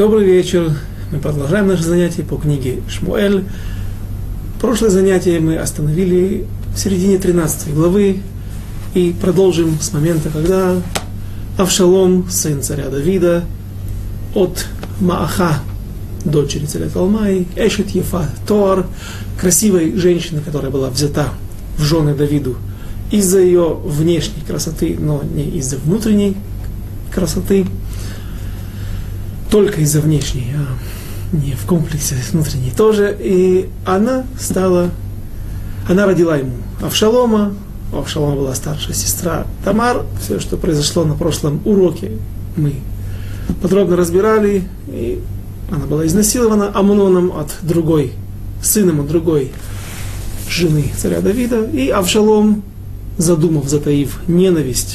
Добрый вечер. Мы продолжаем наше занятие по книге Шмуэль. Прошлое занятие мы остановили в середине 13 главы и продолжим с момента, когда Авшалом, сын царя Давида, от Мааха, дочери царя Талмаи, Эшет Ефа Тоар, красивой женщины, которая была взята в жены Давиду из-за ее внешней красоты, но не из-за внутренней красоты, только из-за внешней, а не в комплексе внутренней тоже. И она родила ему Авшалома. У Авшалома была старшая сестра Тамар. Все, что произошло на прошлом уроке, мы подробно разбирали. И она была изнасилована Амноном сыном от другой жены царя Давида. И Авшалом, затаив ненависть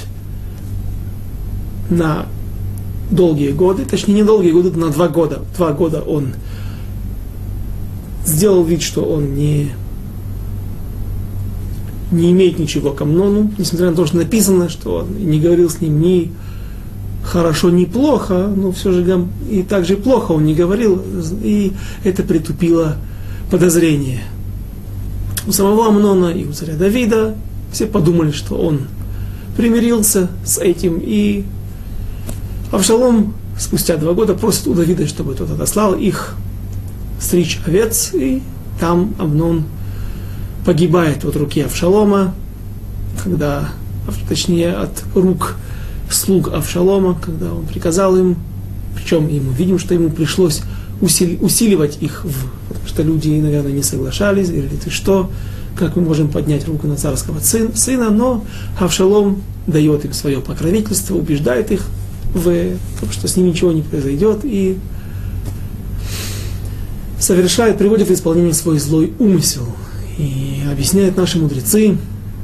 на долгие годы, точнее не долгие годы, на 2 года. 2 года он сделал вид, что он не имеет ничего к Амнону, несмотря на то, что написано, что он не говорил с ним ни хорошо, ни плохо, но все же и так же плохо он не говорил, и это притупило подозрение у самого Амнона и у царя Давида. Все подумали, что он примирился с этим, и Авшалом спустя 2 года просит у Давида, чтобы тот отослал их стричь овец, и там Амнон погибает от руки Авшалома, от рук слуг Авшалома, когда он приказал им, причем мы видим, что ему пришлось усиливать их, потому что люди, наверное, не соглашались, говорили: ты что, как мы можем поднять руку на царского сына, но Авшалом дает им свое покровительство, убеждает их в том, что с ним ничего не произойдет, и приводит в исполнение свой злой умысел. И объясняют наши мудрецы: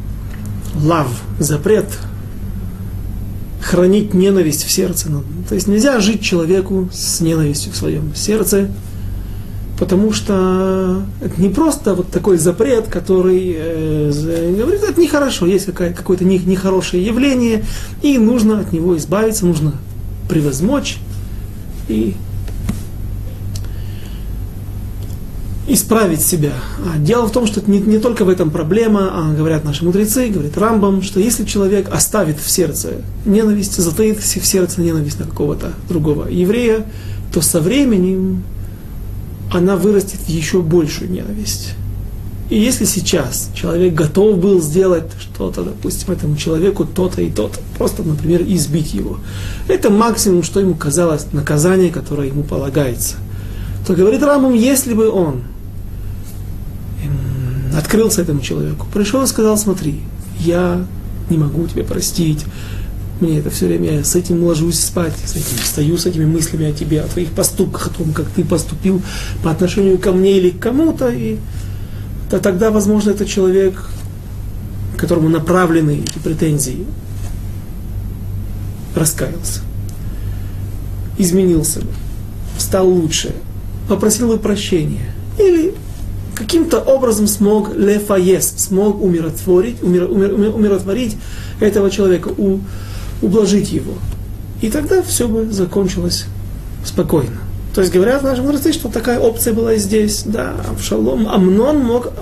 запрет хранить ненависть в сердце. То есть нельзя жить человеку с ненавистью в своем сердце, потому что это не просто вот такой запрет, который говорит, это нехорошо, есть какое-то нехорошее явление, и нужно от него избавиться, нужно превозмочь и исправить себя. А дело в том, что это не только в этом проблема, а говорят наши мудрецы, говорит Рамбам, что если человек оставит в сердце ненависть, затаит в сердце ненависть на какого-то другого еврея, то со временем она вырастет в еще большую ненависть. И если сейчас человек готов был сделать что-то, допустим, этому человеку то-то и то-то, просто, например, избить его, это максимум, что ему казалось, наказание, которое ему полагается, то говорит Рамбам, если бы он открылся этому человеку, пришел и сказал: смотри, я не могу тебя простить, мне это все время, я с этим ложусь спать, встаю с этими мыслями о тебе, о твоих поступках, о том, как ты поступил по отношению ко мне или к кому-то, и тогда, возможно, этот человек, которому направлены эти претензии, раскаялся, изменился бы, стал лучше, попросил бы прощения, или каким-то образом смог умиротворить этого человека, ублажить его. И тогда все бы закончилось спокойно. То есть говорят наши мудрецы, что такая опция была и здесь. Да, Амнон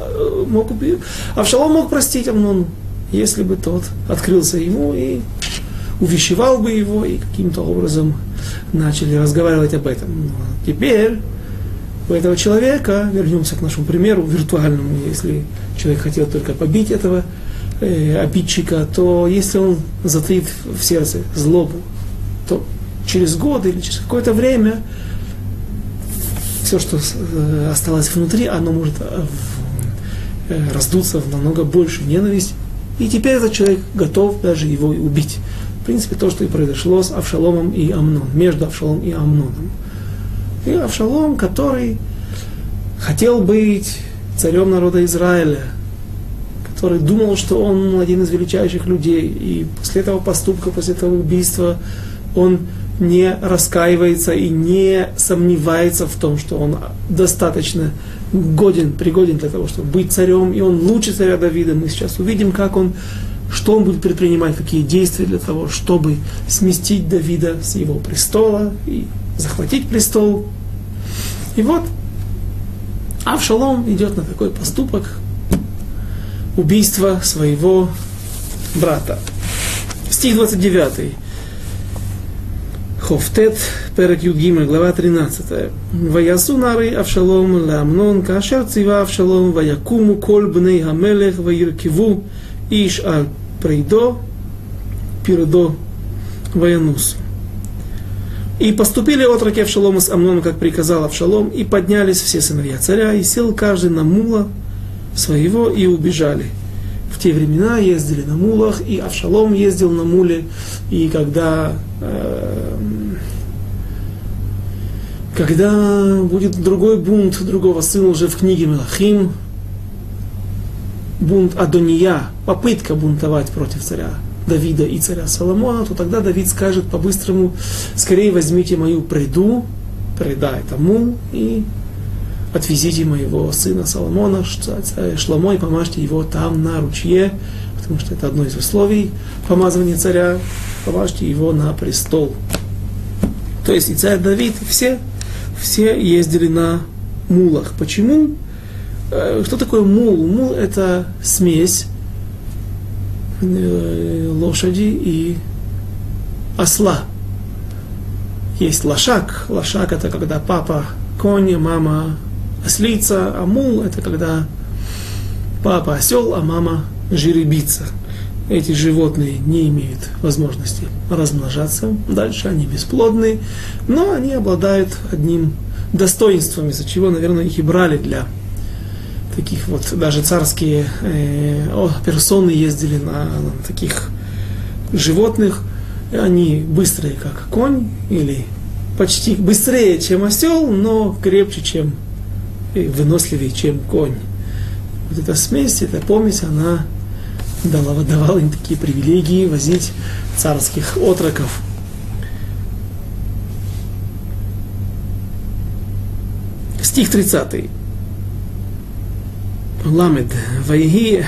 мог простить Амнону, если бы тот открылся ему и увещевал бы его, и каким-то образом начали разговаривать об этом. Но теперь у этого человека, вернемся к нашему примеру виртуальному, если человек хотел только побить этого обидчика, то если он затаит в сердце злобу, то через годы или через какое-то время все, что осталось внутри, оно может раздуться в намного большую ненависть, и теперь этот человек готов даже его убить. В принципе, то, что и произошло с Авшаломом и Амноном, между Авшаломом и Амноном. И Авшалом, который хотел быть царем народа Израиля, который думал, что он один из величайших людей, и после этого поступка, после этого убийства, он не раскаивается и не сомневается в том, что он достаточно пригоден для того, чтобы быть царем, и он лучше царя Давида. Мы сейчас увидим, что он будет предпринимать, какие действия для того, чтобы сместить Давида с его престола и захватить престол. И вот Авшалом идет на такой поступок убийства своего брата. Стих 29. Хофтет, перек Юд Гимель, глава 13. Ваясу нары Авшалом лаамнон, кашер цива Авшалом, ваякуму кол бней хамелех, ваиркиву иш аль прейдо, пирдо, ваянус. И поступили отроки Авшалома с Амноном, как приказал Авшалом, и поднялись все сыновья царя, и сел каждый на мула своего, и убежали. В те времена ездили на мулах, и Авшалом ездил на муле, и когда будет другой бунт другого сына уже в книге Мелахим, бунт Адония, попытка бунтовать против царя Давида и царя Соломона, то тогда Давид скажет по-быстрому: скорее возьмите мою преду, преда это мул, и отвезите моего сына Соломона, Шломо, и помажьте его там на ручье, потому что это одно из условий помазывания царя, помажьте его на престол. То есть и царь Давид, все ездили на мулах. Почему? Что такое мул? Мул — это смесь лошади и осла. Есть лошак. Лошак — это когда папа конь, мама ослица, а мул — это когда папа осел, а мама жеребица. Эти животные не имеют возможности размножаться. Дальше они бесплодны, но они обладают одним достоинством, из-за чего, наверное, их и брали для таких вот, даже царские персоны ездили на таких животных. Они быстрые, как конь, или почти быстрее, чем осел, но крепче, чем и выносливее, чем конь. Вот эта смесь, эта помесь, она давала им такие привилегии возить царских отроков. Стих 30. Ламед. Вайги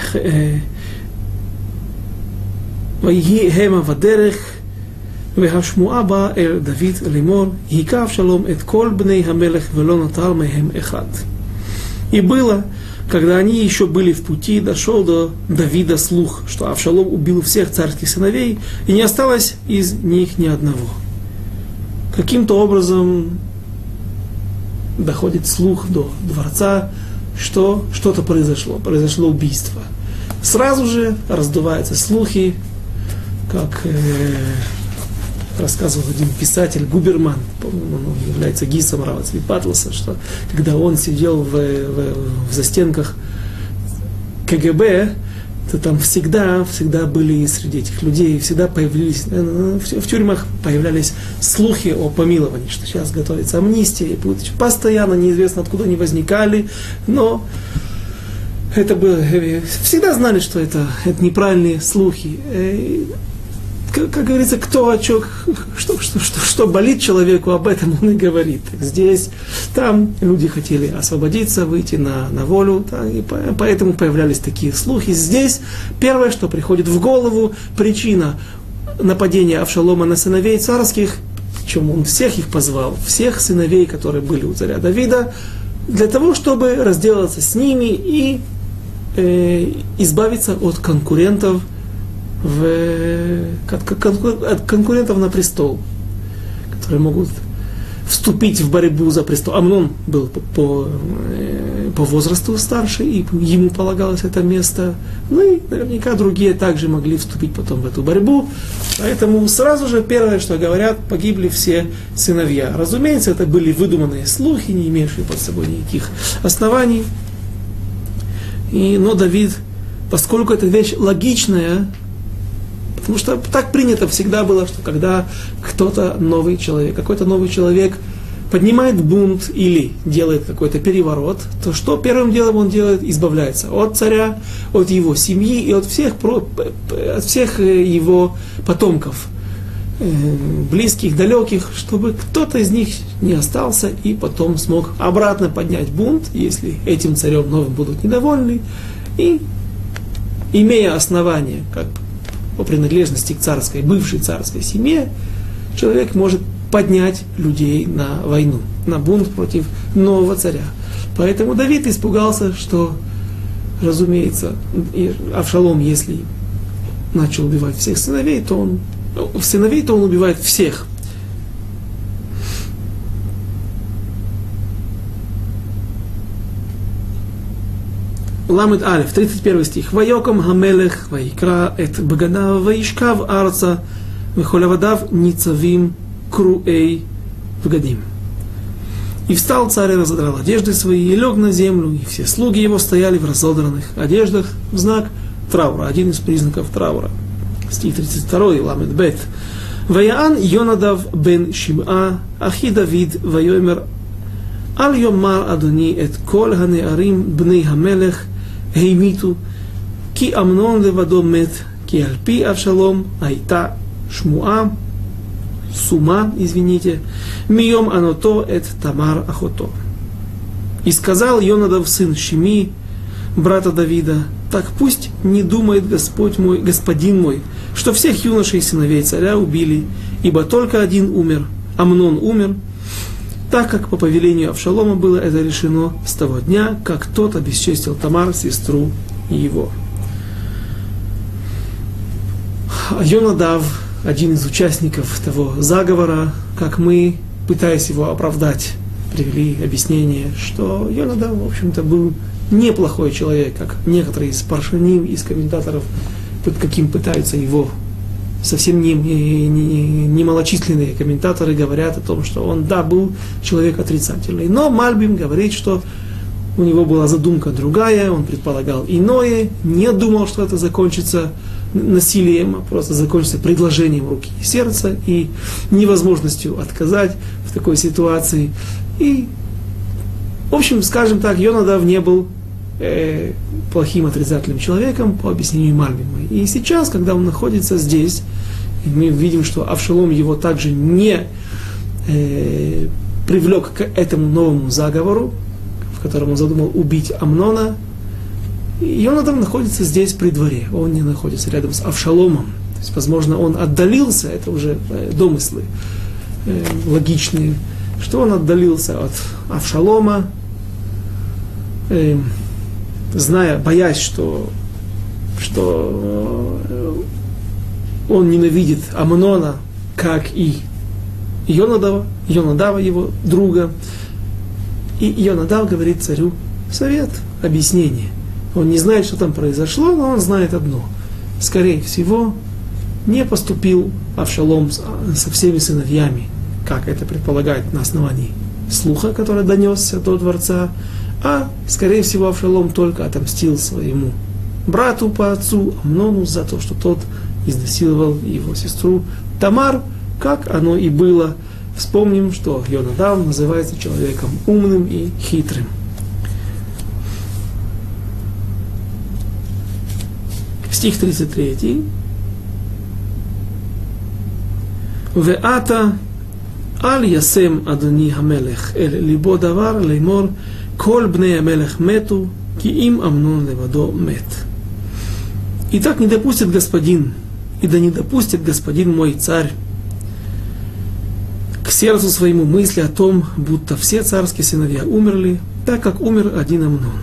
хема вадерех והשמועה באה אל דוד לאמור, היכה אבשלום את כל בני המלך ולא נותר מהם אחד. И было, когда они еще были в пути, дошел до Давида слух, что Авшалом убил всех царских сыновей, и не осталось из них ни одного. Каким-то образом доходит слух до дворца, что что-то произошло убийство. Сразу же раздуваются слухи, как рассказывал один писатель Губерман, по-моему, он является гисом Рава Цви Патласа, что когда он сидел в застенках КГБ, то там всегда были среди этих людей, всегда появились, в тюрьмах появлялись слухи о помиловании, что сейчас готовится амнистия, и постоянно неизвестно откуда они возникали, но это было, всегда знали, что это неправильные слухи. Как говорится, что болит человеку, об этом он и говорит. Здесь, там люди хотели освободиться, выйти на волю, да, и поэтому появлялись такие слухи. Здесь первое, что приходит в голову, причина нападения Авшалома на сыновей царских, причем он всех их позвал, всех сыновей, которые были у царя Давида, для того, чтобы разделаться с ними и избавиться от конкурентов, от конкурентов на престол, которые могут вступить в борьбу за престол. Амнон был по возрасту старше, и ему полагалось это место. Ну и наверняка другие также могли вступить потом в эту борьбу. Поэтому сразу же первое, что говорят, погибли все сыновья. Разумеется, это были выдуманные слухи, не имеющие под собой никаких оснований. Но Давид, поскольку эта вещь логичная, потому что так принято всегда было, что когда какой-то новый человек поднимает бунт или делает какой-то переворот, то что первым делом он делает? Избавляется от царя, от его семьи и от всех его потомков, близких, далеких, чтобы кто-то из них не остался и потом смог обратно поднять бунт, если этим царем новым будут недовольны, и, имея основания, как по принадлежности к бывшей царской семье, человек может поднять людей на войну, на бунт против нового царя. Поэтому Давид испугался, что, разумеется, Авшалом, если начал убивать всех сыновей, то он убивает всех. Ламед Алеф, 31 стих. Вайокам Хамелех, Вайкра, эт Баганав, Ваишкав Арца, Вехолявадав Ницавим, Круэй, Вгадим. И встал царь и разодрал одежды свои, и лег на землю, и все слуги его стояли в разодранных одеждах в знак траура, один из признаков траура. Стих 32, Ламед Бет. Ваяан Йонадав бен Шим'a, Ахи Давид, Вайомер, Ал Йомар Адони, эт Кол Ханеарим, Бней Хамелех, Хеймиту, Ки Амнон левадо мет, Ки Альпи Авшалом, Айта Шмуа, Сума, извините, Мием Аното эт Тамар Ахото. И сказал Йонадав сын Шими, брата Давида, так пусть не думает Господь мой, господин мой, что всех юношей сыновей царя убили, ибо только один умер, Амнон умер, так как по повелению Авшалома было это решено с того дня, как тот обесчестил Тамар, сестру его. Йонадав, один из участников того заговора, как мы, пытаясь его оправдать, привели объяснение, что Йонадав, в общем-то, был неплохой человек, как некоторые из паршаним, из комментаторов, под каким пытаются его, совсем не малочисленные комментаторы говорят о том, что он, да, был человек отрицательный. Но Мальбим говорит, что у него была задумка другая, он предполагал иное, не думал, что это закончится насилием, а просто закончится предложением руки и сердца и невозможностью отказать в такой ситуации. И, в общем, скажем так, Йонадав не был плохим отрицательным человеком по объяснению Мальбима. И сейчас, когда он находится здесь, и мы видим, что Авшалом его также не привлек к этому новому заговору, в котором он задумал убить Амнона, Йонадав находится здесь при дворе, он не находится рядом с Авшаломом. То есть, возможно, он отдалился, это уже домыслы логичные, что он отдалился от Авшалома, боясь, что он ненавидит Амнона, как и Йонадава, его друга. И Йонадав говорит царю совет, объяснение. Он не знает, что там произошло, но он знает одно. Скорее всего, не поступил Авшалом со всеми сыновьями, как это предполагает на основании слуха, который донесся до дворца, а, скорее всего, Авшалом только отомстил своему брату по отцу Амнону за то, что тот изнасиловал его сестру Тамар, как оно и было. Вспомним, что Йонадав называется человеком умным и хитрым. Стих 33. Веата аль ясем адони хамелех эль либо давар леймор кол бней амелех мету ки им Амнон левадо мет. И так не допустит господин, и да не допустит господин мой царь к сердцу своему мысли о том, будто все царские сыновья умерли, так как умер один Амнон.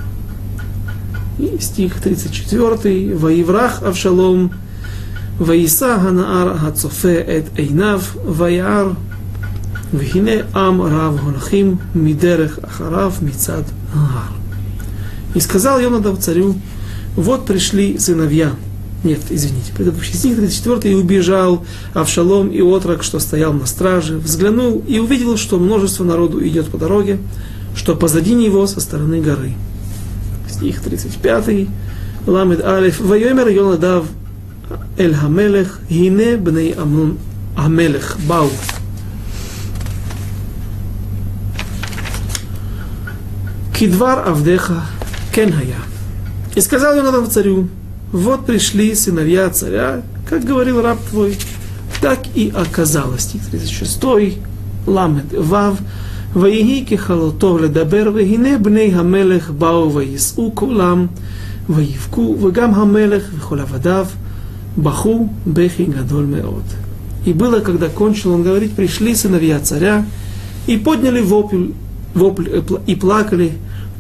И стих 34. Ваиврах Авшалом, Ваиса Ханаар Хацофе эт Эйнав, Ваяар, Вихине Ам Рав Голахим, Мидерех Ахарав, Мицад Агар. И сказал Йонадав царю, вот пришли сыновья. Нет, извините, предыдущий стих 34. И убежал Авшалом и отрок, что стоял на страже, взглянул и увидел, что множество народу идет по дороге, что позади него со стороны горы. Стих 35. Ламед Алеф. Вайомер Йонадав эль Хамелех, Гине бней Амнон Хамелех Бау. Кидвар Авдеха Кенхая. И сказал Йонадав царю, вот пришли сыновья царя, как говорил раб твой, так и оказалось. Стих 36. Ламед Вав. ויהי ככלותו לדבר, והנה בני המלך באו וייסעו כולם, ויבכו, וגם המלך וכל עבדיו בכו בכי גדול מאוד. И было, когда кончил он говорить, пришли сыновья царя и подняли вопль и плакали,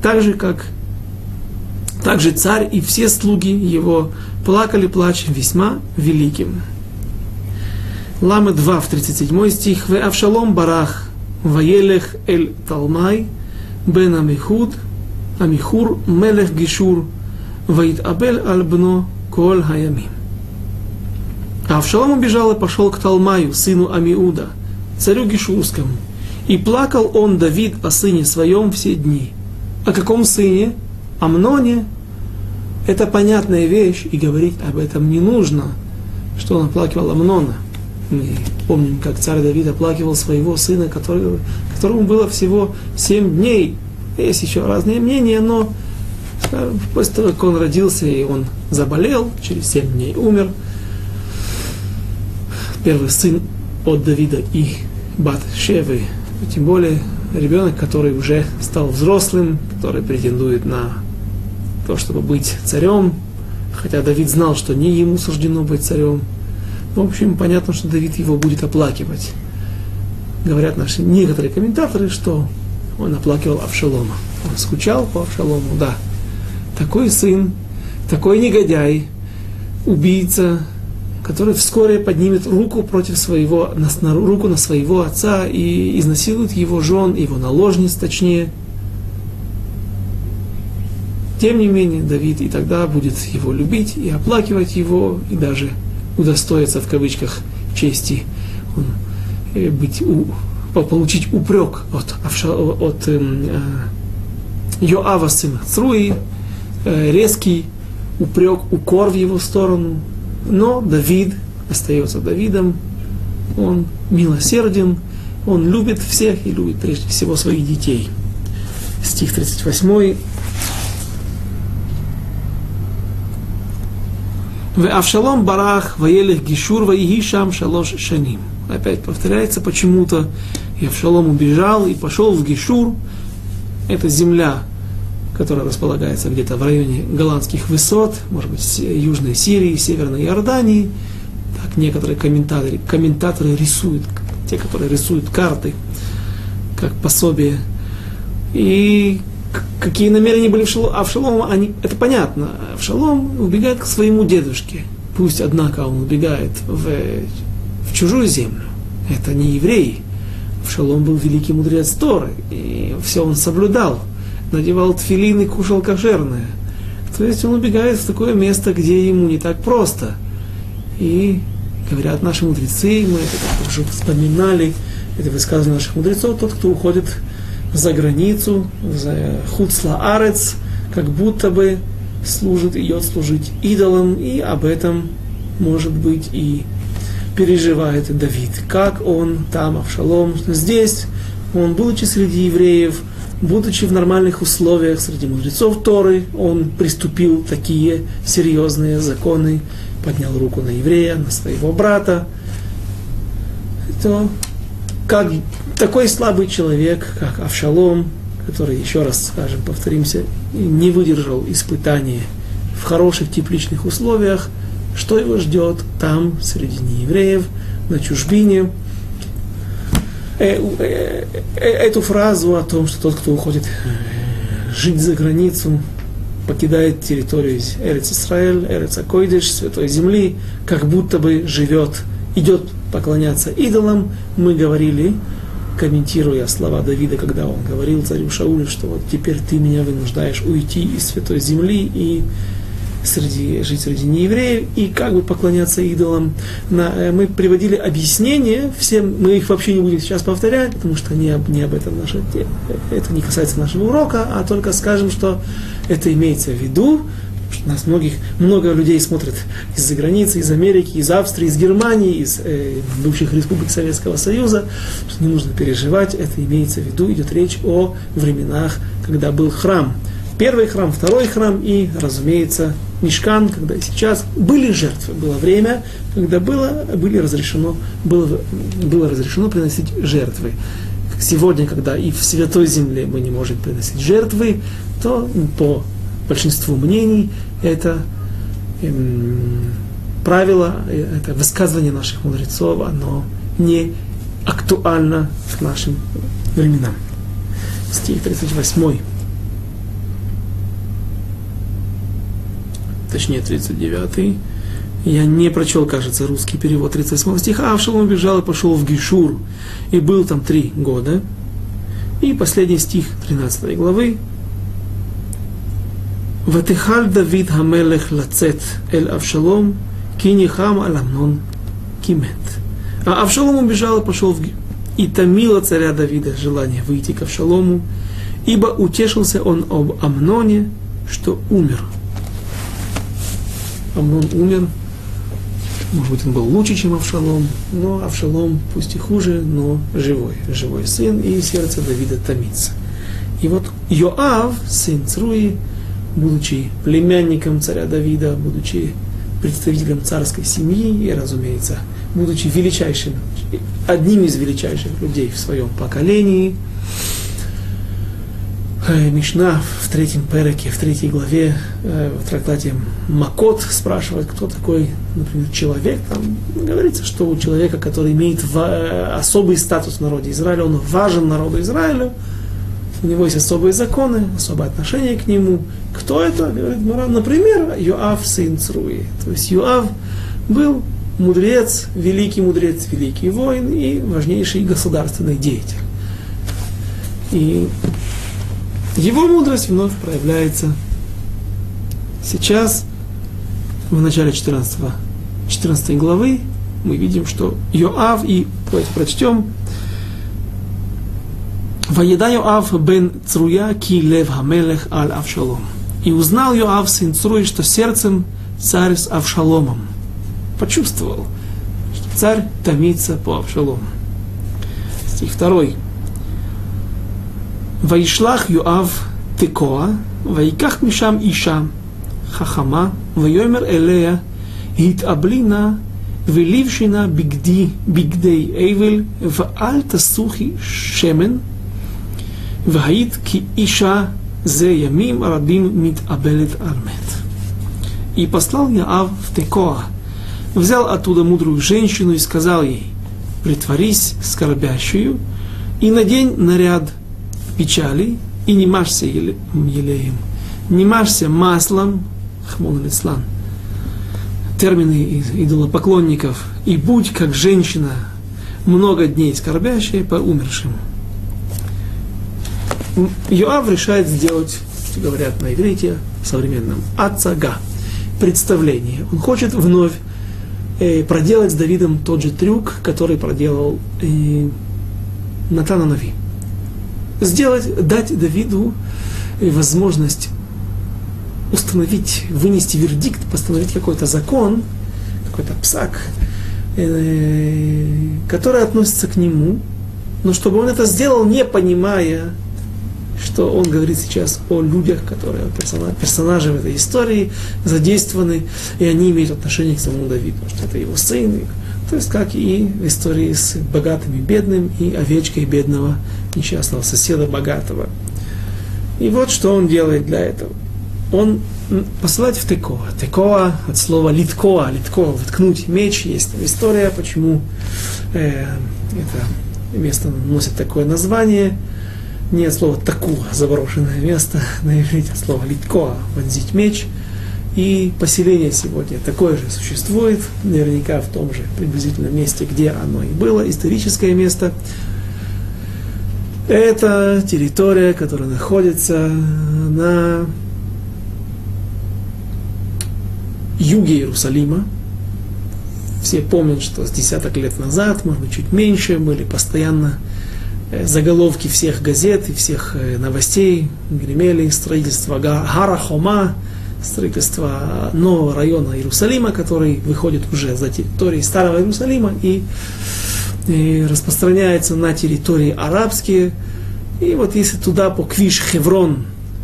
также царь и все слуги его плакали плачем весьма великим. Ламед 2 в 37 стих. Ве Авшалом барах ваелех эль Талмай бен Амихур мелех Гишур ваит абель аль бно коль хаямим. А Авшалом убежал и пошел к Талмаю, сыну Амиуда, царю Гишурскому, и плакал он, Давид, о сыне своем все дни. О каком сыне? Амноне. Это понятная вещь, и говорить об этом не нужно, что он оплакивал Амнона. Мы помним, как царь Давид оплакивал своего сына, которому было всего 7 дней. Есть еще разные мнения, но после того, как он родился, и он заболел, через 7 дней умер. Первый сын от Давида и Бат-Шевы, тем более ребенок, который уже стал взрослым, который претендует на то, чтобы быть царем, хотя Давид знал, что не ему суждено быть царем. В общем, понятно, что Давид его будет оплакивать. Говорят наши некоторые комментаторы, что он оплакивал Авшалома. Он скучал по Авшалому, да. Такой сын, такой негодяй, убийца, который вскоре поднимет руку руку на своего отца и изнасилует его жен, его наложниц, точнее. Тем не менее, Давид и тогда будет его любить и оплакивать его, и даже удостоиться, в кавычках, чести, получить упрек от Йоава, сына Цруи, резкий упрек, укор в его сторону. Но Давид остается Давидом, он милосерден, он любит всех и любит прежде всего своих детей. Стих 38. Ве Авшалом барах ваелех Гишур ваиги шам шалош шаним. Опять повторяется почему-то. И Авшалом убежал и пошел в Гишур. Это земля, которая располагается где-то в районе Голландских высот, может быть, Южной Сирии, Северной Иордании. Так некоторые комментаторы рисуют, те, которые рисуют карты, как пособие. И какие намерения были Авшалома, это понятно. Авшалом убегает к своему дедушке. Пусть, однако, он убегает в чужую землю. Это не еврей. Авшалом был великий мудрец Торы, и все он соблюдал. Надевал тфилин и кушал кошерное. То есть он убегает в такое место, где ему не так просто. И говорят наши мудрецы, мы это уже вспоминали, это высказывание наших мудрецов, тот, кто уходит за границу, за хуцла-арец, как будто бы идет служить идолам, и об этом, может быть, и переживает Давид. Как он там, Авшалом, здесь, он, будучи среди евреев, будучи в нормальных условиях среди мудрецов Торы, он приступил такие серьезные законы, поднял руку на еврея, на своего брата. То как такой слабый человек, как Авшалом, который, еще раз скажем, повторимся, не выдержал испытания в хороших тепличных условиях, что его ждет там, среди неевреев, на чужбине. Эту фразу о том, что тот, кто уходит жить за границу, покидает территорию Эрец Исраэль, Эрец Акойдеш, Святой Земли, как будто бы идет поклоняться идолам, мы говорили, комментируя слова Давида, когда он говорил царю Шаулю, что вот теперь ты меня вынуждаешь уйти из Святой Земли и жить среди неевреев и как бы поклоняться идолам. Мы приводили объяснения, всем, мы их вообще не будем сейчас повторять, потому что не об этом это не касается нашего урока, а только скажем, что это имеется в виду, что нас много людей смотрят из-за границы, из Америки, из Австрии, из Германии, из бывших республик Советского Союза, что не нужно переживать, это имеется в виду, идет речь о временах, когда был храм. Первый храм, второй храм и, разумеется, Мишкан, когда и сейчас были жертвы. Было время, когда было разрешено приносить жертвы. Сегодня, когда и в Святой Земле мы не можем приносить жертвы, то по большинству мнений это правило, это высказывание наших мудрецов, оно не актуально к нашим временам. Стих 38. Точнее, 39. Я не прочел, кажется, русский перевод 38 стиха. Авшалом убежал и пошел в Гешур, и был там 3 года. И последний стих 13 главы. «Ватехаль Давид хамелех лацет эль Авшалом, ки нихам аль Амнон кимет». А Авшалом убежал и пошел в Гешур. И томило царя Давида желание выйти к Авшалому, ибо утешился он об Амноне, что умер. Амнон умер. Может быть, он был лучше, чем Авшалом, но Авшалом, пусть и хуже, но живой. Живой сын, и сердце Давида томится. И вот Йоав, сын Цруи, будучи племянником царя Давида, будучи представителем царской семьи и, разумеется, будучи величайшим, одним из величайших людей в своем поколении, Мишна в 3 переке, в 3 главе, в трактате Макот спрашивает, кто такой, например, человек. Там говорится, что у человека, который имеет особый статус в народе Израиля, он важен народу Израиля, у него есть особые законы, особое отношение к нему. Кто это? Говорит Моран, например, Йоав, сын Цруи. То есть Йоав был мудрец, великий воин и важнейший государственный деятель. И его мудрость вновь проявляется сейчас, в начале 14 главы, мы видим, что Йоав, и давайте прочтем, «Ваеда Йоав бен Цруя ки лев хамелех аль Авшалом». И узнал Йоав, сын Цруи, что сердцем царь с Авшаломом. Почувствовал, что царь томится по Авшалому. Стих 2. «Ваишлах Йоав текоа, ваиках мишам иша, хахама, вайомер элея, хитаблина, влившина бигдей эйвел, вааль тасухи шемен, ваид ки иша зе ямим рабим митабелет армет». И послал Йоав в Текоа, взял оттуда мудрую женщину и сказал ей: «Притворись скорбящую и надень наряд печали, и не мажься елеем, не мажься маслом», хмон лислан, термины идолопоклонников, «и будь как женщина, много дней скорбящая по умершим». Йоав решает сделать, говорят на иврите современном, ацага, представление. Он хочет вновь проделать с Давидом тот же трюк, который проделал Натан а-Нави. Дать Давиду возможность установить, вынести вердикт, постановить какой-то закон, какой-то псак, который относится к нему, но чтобы он это сделал, не понимая, что он говорит сейчас о людях, которые персонажи в этой истории задействованы, и они имеют отношение к самому Давиду, что это его сын. То есть, как и в истории с богатым и бедным, и овечкой бедного несчастного соседа богатого. И вот что он делает для этого. Он посылает в Текоа. Текоа от слова литкоа, воткнуть меч. Есть там история, почему это место носит такое название. Не от слова такуа, заброшенное место, на иврите от слова литкоа, вонзить меч. И поселение сегодня такое же существует, наверняка в том же приблизительном месте, где оно и было, историческое место. Это территория, которая находится на юге Иерусалима. Все помнят, что с десяток лет назад, может быть, чуть меньше, были постоянно заголовки всех газет и всех новостей, гремели строительство Гара Хома, строительство нового района Иерусалима, который выходит уже за территорией Старого Иерусалима и распространяется на территории арабские. И вот если туда по Квиш Хеврон,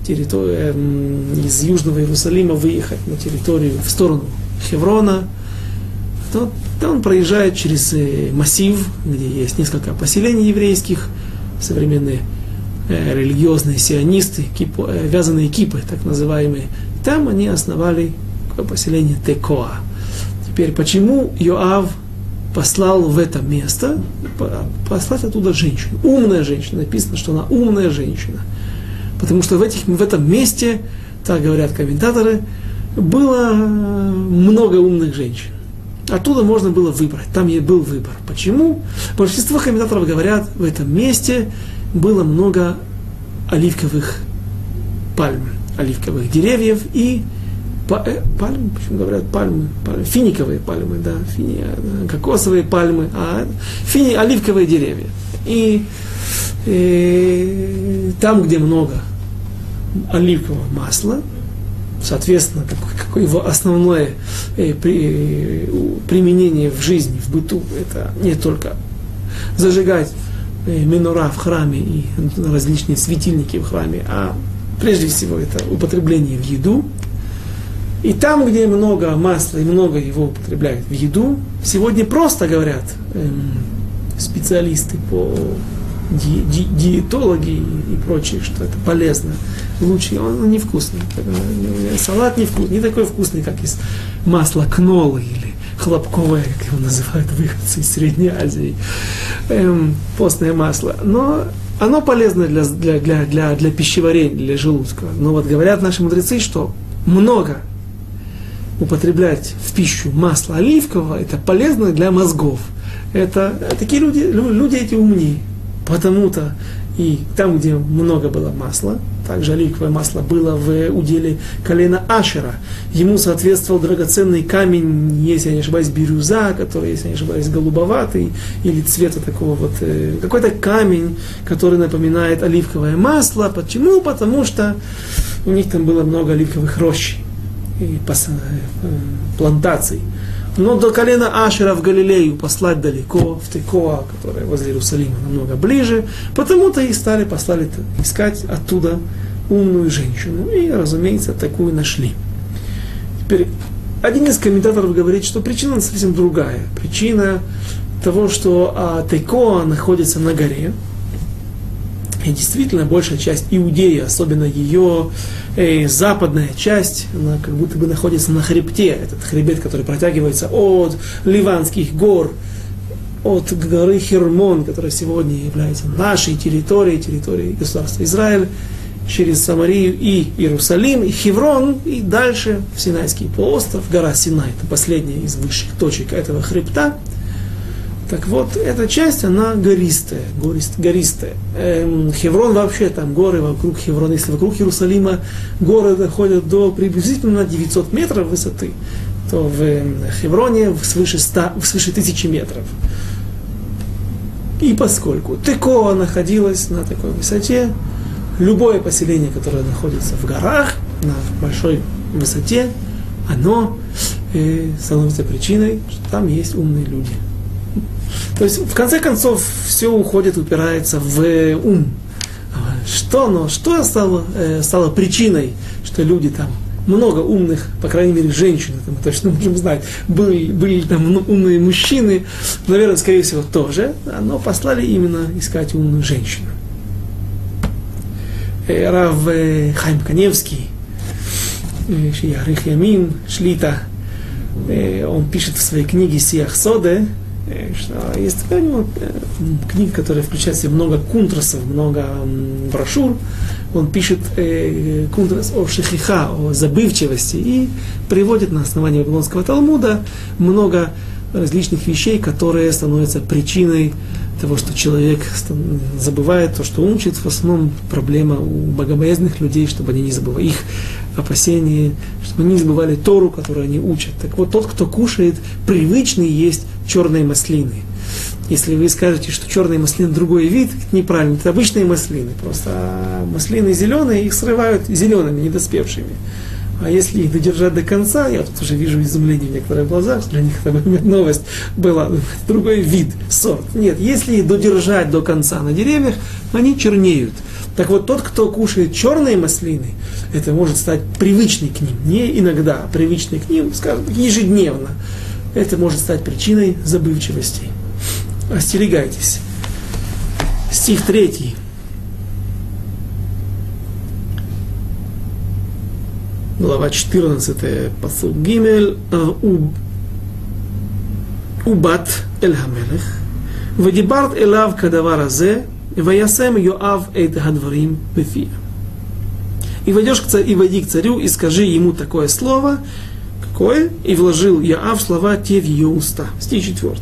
из Южного Иерусалима выехать на территорию в сторону Хеврона, то он проезжает через массив, где есть несколько поселений еврейских, современные религиозные сионисты, вязаные кипы, так называемые. Там они основали поселение Текоа. Теперь, почему Йоав послал в это место, послать оттуда женщину? Умная женщина. Написано, что она умная женщина. Потому что в этом месте, так говорят комментаторы, было много умных женщин. Оттуда можно было выбрать. Там и был выбор. Почему? Большинство комментаторов говорят, в этом месте было много оливковых пальм, оливковых деревьев и пальмы, почему говорят пальмы, финиковые пальмы, да, кокосовые пальмы, оливковые деревья. И там, где много оливкового масла, соответственно, какое его основное применение в жизни, в быту, это не только зажигать менора в храме и различные светильники в храме, а прежде всего это употребление в еду. И там, где много масла и много его употребляют в еду, сегодня просто говорят специалисты по диетологи и прочие, что это полезно. Лучше, он невкусный. Салат невкусный, не такой вкусный, как из масла кнолы или хлопковое, как его называют выходцы из Средней Азии. Постное масло. Но оно полезно для пищеварения, для желудка. Но вот говорят наши мудрецы, что много употреблять в пищу масло оливкового, это полезно для мозгов. Это такие люди эти умнее. Потому-то и там, где много было масла, также оливковое масло было в уделе колена Ашера. Ему соответствовал драгоценный камень, если я не ошибаюсь, бирюза, который, если я не ошибаюсь, голубоватый, или цвета такого вот, какой-то камень, который напоминает оливковое масло. Почему? Потому что у них там было много оливковых рощ и плантаций. Но до колена Ашера в Галилею послать далеко, в Текоа, которая возле Иерусалима намного ближе, потому-то и послали искать оттуда умную женщину. И, разумеется, такую нашли. Теперь, один из комментаторов говорит, что причина совсем другая. Причина того, что Текоа находится на горе, и действительно большая часть Иудеи, особенно ее западная часть, она как будто бы находится на хребте, этот хребет, который протягивается от Ливанских гор, от горы Хермон, которая сегодня является нашей территорией государства Израиль, через Самарию и Иерусалим, и Хеврон, и дальше в Синайский полуостров, гора Синай, это последняя из высших точек этого хребта. Так вот, эта часть, она гористая. Хеврон вообще, там горы вокруг Хеврона. Если вокруг Иерусалима горы доходят до приблизительно 900 метров высоты, то в Хевроне свыше 1000 метров. И поскольку Текоа находилась на такой высоте, любое поселение, которое находится в горах, на большой высоте, оно становится причиной, что там есть умные люди. То есть, в конце концов, все упирается в ум. Что стало причиной, что люди там, много умных, по крайней мере, женщин, это мы точно можем знать, были там умные мужчины, наверное, скорее всего, тоже, но послали именно искать умную женщину. Рав Хаим Каневский, Шиярих Ямин, Шлита, он пишет в своей книге «Сиах Соде», что есть такая у него книга, которая включает в себя много кунтрасов, много брошюр. Он пишет кунтрас о шехиха, о забывчивости, и приводит на основании Вавилонского Талмуда много различных вещей, которые становятся причиной того, что человек забывает то, что он учит. В основном проблема у богобоязных людей, чтобы они не забывали их опасения, чтобы они не забывали Тору, которую они учат. Так вот, тот, кто кушает, привычный есть черные маслины. Если вы скажете, что черные маслины другой вид, это неправильно, это обычные маслины. Просто маслины зеленые, их срывают зелеными, недоспевшими. А если их додержать до конца, я тут уже вижу изумление в некоторых глазах, что для них это новость была, другой вид, сорт. Нет, если их додержать до конца на деревьях, они чернеют. Так вот, тот, кто кушает черные маслины, это может стать привычной к ним, не иногда, а привычной к ним, скажем, ежедневно. Это может стать причиной забывчивости. Остерегайтесь. Стих 3. Глава 14, пасук Гимель. ובאת אל המלך, ודיברת אליו כדבר הזה, וישם יואב את הדברים בפיה. И войди к царю, и скажи ему такое слово, какое, и вложил Яав слова те в ее уста. Стих 4.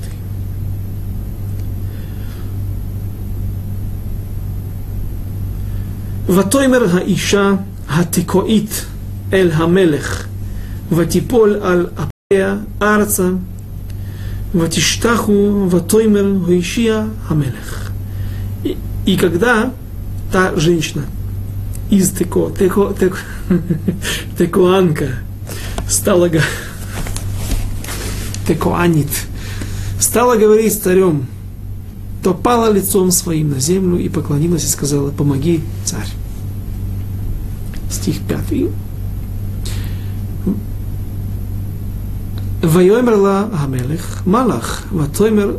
ותאמר האישה התקועית אל המלך, ותיפול על אפיה ארצה, ותשתחו, ותאמר הושיע המלך. И когда та женщина из текуанка стала говорить с царем, то пала лицом своим на землю и поклонилась и сказала: помоги, царь. Стих 5. ויאמר לה המלך, מה לך? ותאמר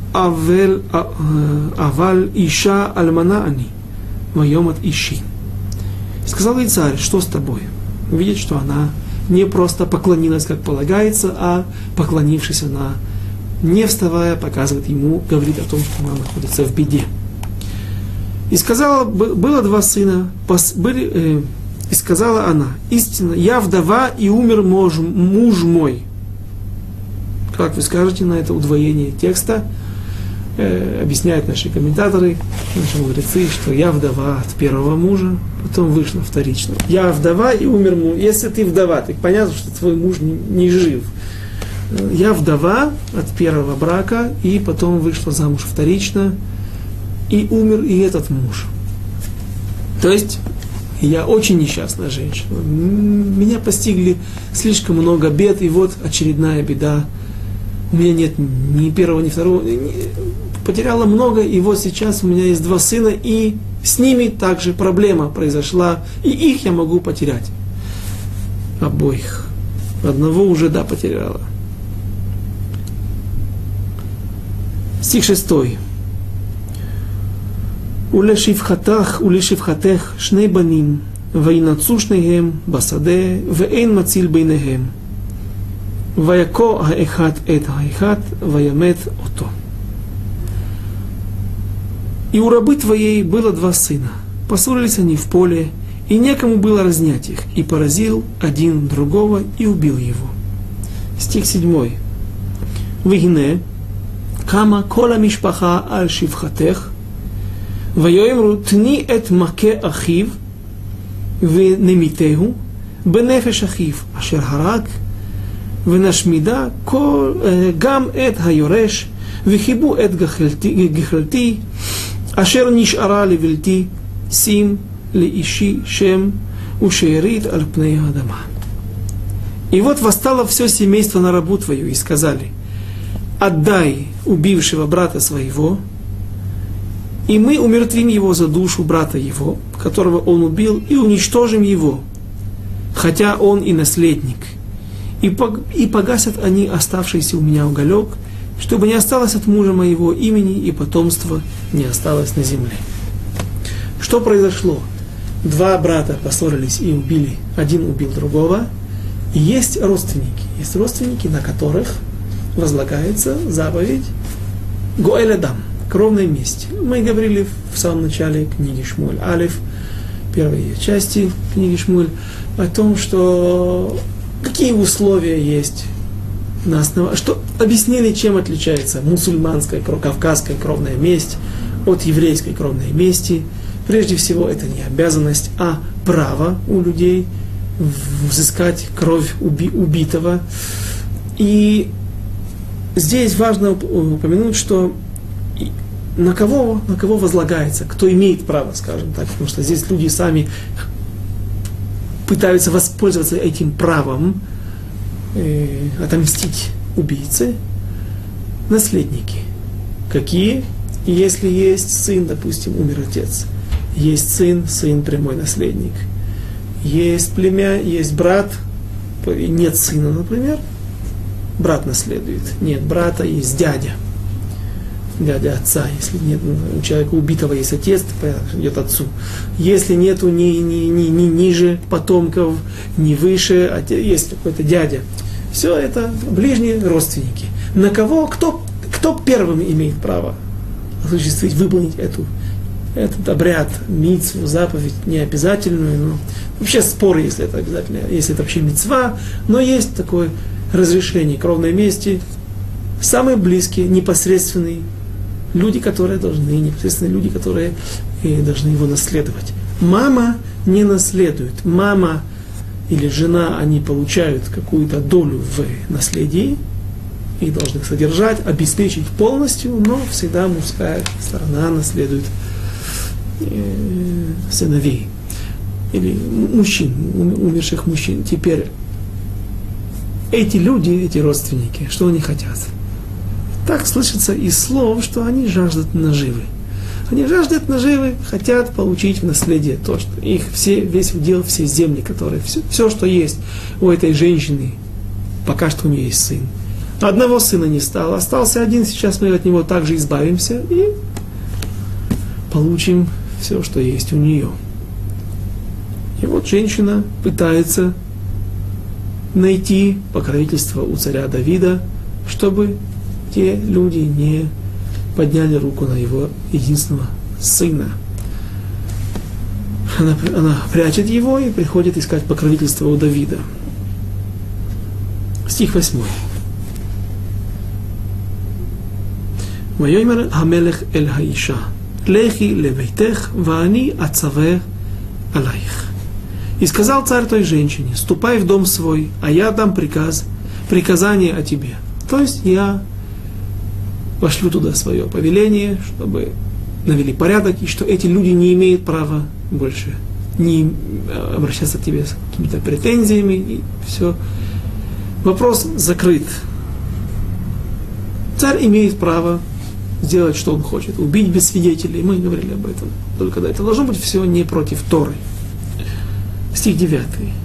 אבל אישה אלמנה אני, ויאמר אישי. Сказал ей царь: что с тобой? Видит, что она не просто поклонилась, как полагается, а поклонившись, она, не вставая, показывает ему, говорит о том, что она находится в беде. И сказала, было два сына, и сказала она: истинно, я вдова, и умер муж мой. Как вы скажете на это удвоение текста? Объясняют наши комментаторы, наши мудрецы, что я вдова от первого мужа, потом вышла вторично. Я вдова и умер муж. Если ты вдова, так понятно, что твой муж не жив. Я вдова от первого брака, и потом вышла замуж вторично, и умер и этот муж. То есть, я очень несчастная женщина. Меня постигли слишком много бед, и вот очередная беда. У меня нет ни первого, ни второго. Потеряла много, и вот сейчас у меня есть два сына, и с ними также проблема произошла, и их я могу потерять. Обоих. Одного уже, да, потеряла. Стих 6. ולשפחתך שני בנים, וינצו שניהם בשדה, ואין מציל ביניהם. ויכו האחד את האחד, וימת אותו. И у рабы твоей было два сына. Поссорились они в поле, и некому было разнять их. И поразил один другого, и убил его. Стих 7. והנה, קמה כל המשפחה על שפחתך, ויאמרו תני את מכה אחיו, ונמיתהו בנפש אחיו, אשר הרג, ונשמידה גם את היורש, וחיבו את גחלתי, אשר נשארה לבלתי, שים לאישי שם, ושארית על пней האדמה. И вот восстало все семейство на рабу твою, и сказали: отдай убившего брата своего, и мы умертвим его за душу брата его, которого он убил, и уничтожим его, хотя он и наследник. И погасят они оставшийся у меня уголек, чтобы не осталось от мужа моего имени, и потомства не осталось на земле. Что произошло? Два брата поссорились и убили, один убил другого. И есть родственники, на которых возлагается заповедь Гоэль Адам, кровной мести. Мы говорили в самом начале книги Шмуэль Алеф, первой части книги Шмуэль, о том, что какие условия есть на основании, что объяснили, чем отличается мусульманская, кавказская кровная месть от еврейской кровной мести. Прежде всего, это не обязанность, а право у людей взыскать кровь убитого. И здесь важно упомянуть, что на кого возлагается, кто имеет право, скажем так, потому что здесь люди сами пытаются воспользоваться этим правом, отомстить убийце. Наследники. Какие? Если есть сын, допустим, умер отец. Есть сын прямой наследник. Есть есть брат, нет сына, например, брат наследует. Нет брата, есть дядя отца. Если нет у человека убитого есть отец, то идет отцу. Если нету ни ниже потомков, ни выше, есть какой-то дядя. Все это ближние родственники. На кого, кто первым имеет право осуществить, выполнить этот обряд, мицву, заповедь, не обязательную, но вообще споры, если это обязательно, если это вообще мицва, но есть такое разрешение кровной мести, самые близкие, непосредственные люди, которые должны его наследовать. Мама не наследует. Мама или жена, они получают какую-то долю в наследии и должны содержать, обеспечить полностью, но всегда мужская сторона наследует сыновей или мужчин, умерших мужчин. Теперь эти люди, эти родственники, что они хотят? Так слышится из слов, что они жаждут наживы. Они жаждут наживы, хотят получить в наследие то, что их весь удел, все земли, которые, все, что есть у этой женщины, пока что у нее есть сын. Одного сына не стало, остался один, сейчас мы от него также избавимся и получим все, что есть у нее. И вот женщина пытается найти покровительство у царя Давида, чтобы те люди не подняли руку на его единственного сына. Она прячет его и приходит искать покровительство у Давида. Стих 8. ויאמר המלך אל האישה, לכי לביתך ואני אצווה עלייך. И сказал царь той женщине: ступай в дом свой, а я дам приказание о тебе. То есть я пошлю туда свое повеление, чтобы навели порядок, и что эти люди не имеют права больше не обращаться к тебе с какими-то претензиями, и все. Вопрос закрыт. Царь имеет право сделать, что он хочет, убить без свидетелей. Мы говорили об этом. Только это должно быть все не против Торы. Стих 9.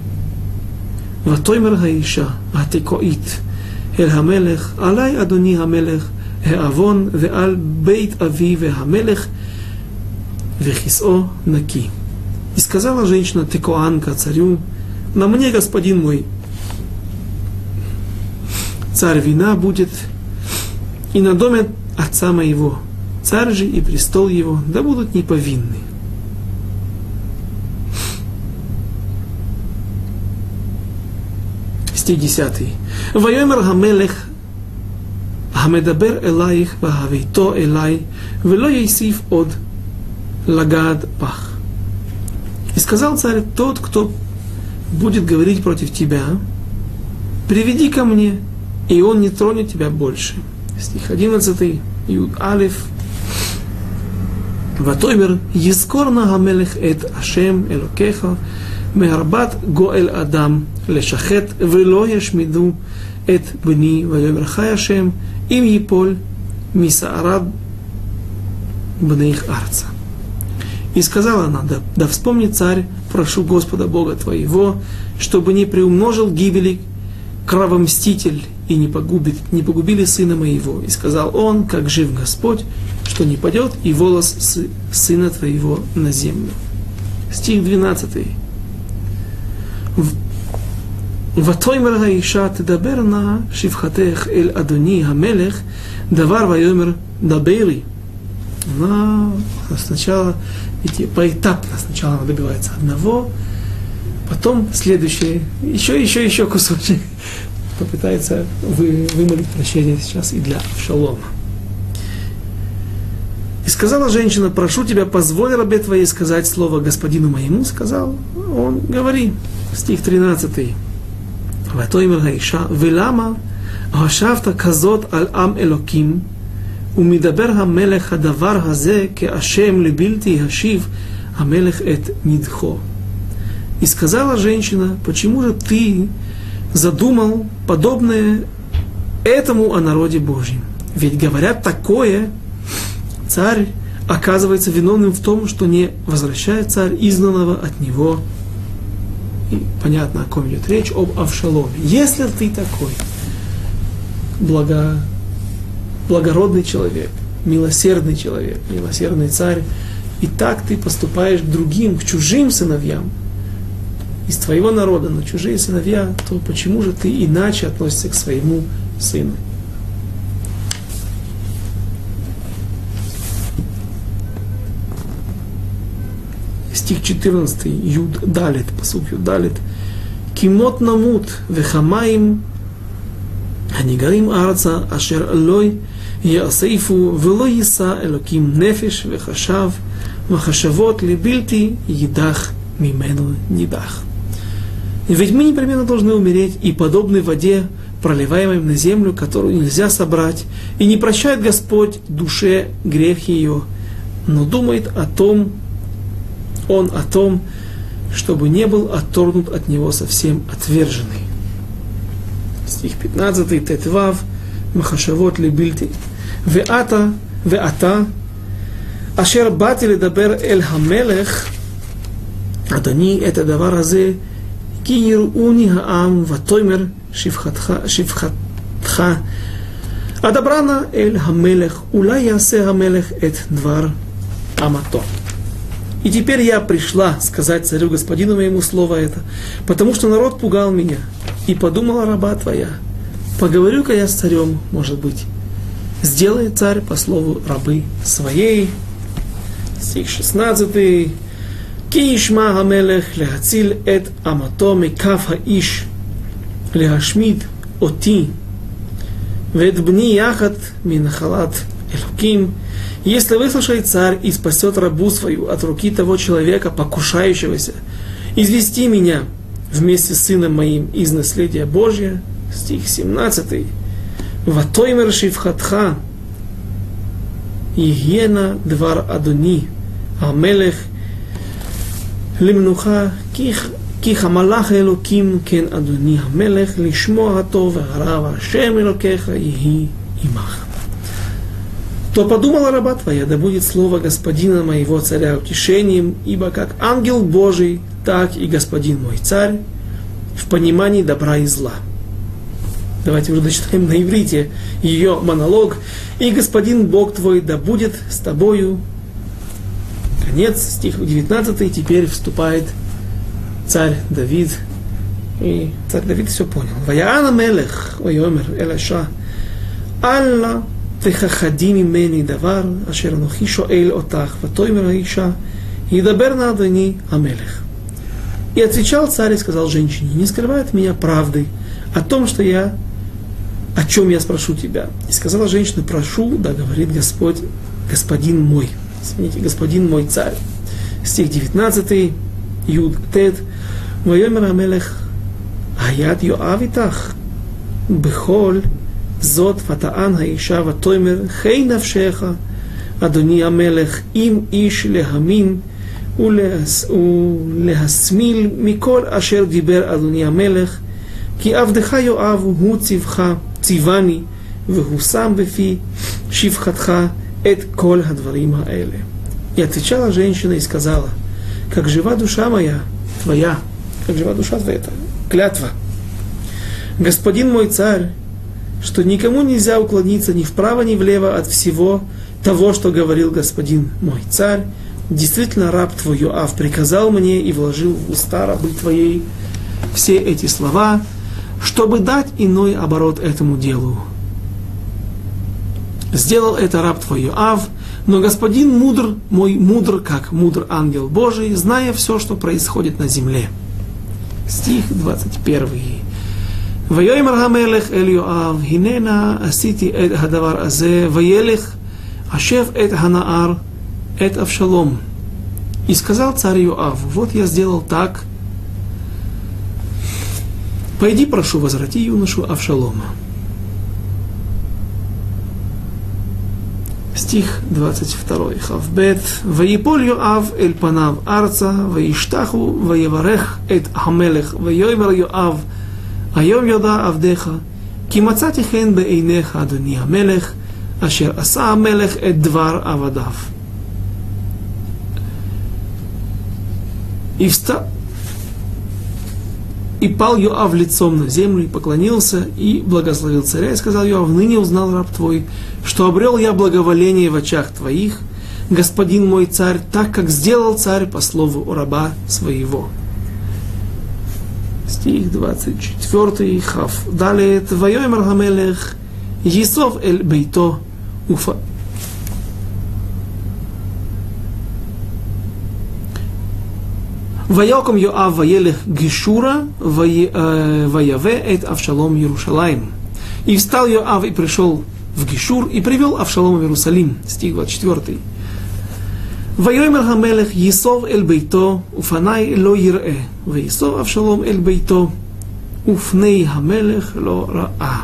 ותאמר האישה התקועית אל המלך, עלי אדוני המלך העוון ועל בית אבי והמלך וכיסאו נקי. И сказала женщина Текоанка царю: на мне, господин мой, царь вина будет, и на доме отца моего, царь же и престол его, да будут неповинны. Стих 10. ויאמר המלך המדבר אלייך והביתו אליי ולא יוסיף עוד לגעת בך. И сказал царь: тот, кто будет говорить против тебя, приведи ко мне, и он не тронет тебя больше. Стих 11. Юд Алиф. ותאמר יזכור נא המלך את השם אלוקיך מהרבת גואל אדם לשחט ולא ישמידו את בני ויאמר חי השם אם ייפול משערת бнеих арца. И сказала она: да вспомни, царь, прошу Господа Бога твоего, чтобы не приумножил гибели кровомститель и не погубили сына моего. И сказал он: как жив Господь, что не падет и волос сына твоего на землю. Стих 12. ותאמר האישה תדבר נא שפחתך אל אדוני המלך דבר ויאמר דברי. Она сначала, поэтапно, сначала она добивается одного, потом следующее, еще кусочек, попытается вымолить прощение сейчас и для Авшалома. И сказала женщина: прошу тебя, позволь рабе твоей сказать слово господину моему. Сказал он: говори. Стих 13. ותאמר האישה ולמה חשבת כזאת על עם אלוקים ומדבר המלך הדבר הזה כאשם לבלתי השיב המלך את נדחו. И сказала женщина: почему же ты задумал подобное этому о народе Божьем? Ведь говорят такое, царь оказывается виновным в том, что не возвращает царь изгнанного от него. И понятно, о ком идет речь, об Авшаломе. Если ты такой благородный человек, милосердный царь, и так ты поступаешь к другим, к чужим сыновьям, из твоего народа, но чужие сыновья, то почему же ты иначе относишься к своему сыну? стих 14, Юд Далит, посук Юд Далит. Кимот намут вехамаим הניגרים ארצה אשר לא יאספו ולא יישא אלוקים נפש וחשב מחשבות לבלתי יידח ממנו нидах. Ведь мы непременно должны умереть и подобны воде, проливаемой на землю, которую нельзя собрать, и не прощает Господь душе грех ее, но думает он о том, чтобы не был отторгнут от него совсем отверженный. Стих 15, Тетвав, Махашавот Лебильти. Веата, Ашер бати ледабер эль хамелех, Адони, это давар азе, ки ируни хаам, ватоймер шивхатха, Адабрана эль хамелех, улай ясе хамелех эт двар амато. И теперь я пришла сказать царю господину моему слово это, потому что народ пугал меня, и подумала раба твоя, поговорю-ка я с царем, может быть, сделает царь по слову рабы своей. Стих 16. Ки ишма хамелех лехациль эт амато мекав хаиш лехашмид оти вет бни яхат минахалат элуким. Если выслушает царь и спасет рабу свою от руки того человека, покушающегося, извести меня вместе с сыном моим из наследия Божия. Стих 17. Ватоймер шивхатха Егена двар Адони Амелех лимнуха кихамалах элоким кен Адони Амелех лишмо атов варава Ашем элокеха ехи имах. То подумала раба твоя, да будет слово господина моего царя утешением, ибо как ангел Божий, так и господин мой царь в понимании добра и зла. Давайте уже дочитаем на иврите ее монолог. И господин Бог твой да будет с тобою. Конец, стих 19, теперь вступает царь Давид. И царь Давид все понял. Ваяана мелех, ойомер, элаша, алла תחחדי ממני דבר אשר אנוכי שואל אותך ותאמר האישה ידבר на אדוני המלך. И отвечал царь и сказал женщине: не скрывай от меня правды о том, о чем я спрошу тебя. И сказала женщина: прошу, да говорит Господь, господин мой, извините, господин мой царь. Стих 19, Юд Тет, ויאמר המלך היד יואב איתך בכל זאת ותען האישה ותאמר חי נפשך אדוני המלך אם איש להאמין ולהסמיל מכל אשר דיבר אדוני המלך כי עבדך יואב הוא ציווני והוא שם בפי שפחתך את כל הדברים האלה. И отвечала женщина и сказала: как жива душа моя твоя, как жива душа твоя, это клятва, господин мой царь, что никому нельзя уклониться ни вправо, ни влево от всего того, что говорил господин мой царь. Действительно, раб твой Йоав приказал мне и вложил в уста рабы твоей все эти слова, чтобы дать иной оборот этому делу. Сделал это раб твой Йоав, но господин мудр, мой мудр, как мудр ангел Божий, зная все, что происходит на земле. Стих 21. ויאמר המלך אל יואב, הננה עשיתי את הדבר הזה, וילך השב את הנער, את אבשלום. И сказал царь Йоаву: вот я сделал так, пойди, прошу, возврати юношу Авшалома. Стих 22. Хавбет. ויפול יואב אל פניו ארצה, וישתחו, ויברך את המלך, ויאמר יואב, היום יודע עבדך, כי מצאתי חן בעיניך, אדוני המלך, אשר עשה המלך את דבר עבדיו. И пал Йоав лицом на землю, и поклонился, и благословил царя, и сказал Йоав: ныне узнал раб твой, что обрел я благоволение в очах твоих, господин мой царь, так как сделал царь по слову раба своего. Стих 24, Хав. Далее, ויאמר המלך יסוף אל ביתו Ваяком Йоав ваелех Гешура ваяве эт Авшалом Иерушалаим. И встал Йоав и пришел в Гешур и привел Авшалома в Иерусалим. Стих 24. Вайомер Хамелех Йисов эль бейто уфанай ло йирэ. Вайисов Авшалом эль бейто уфней Хамелех ло раа.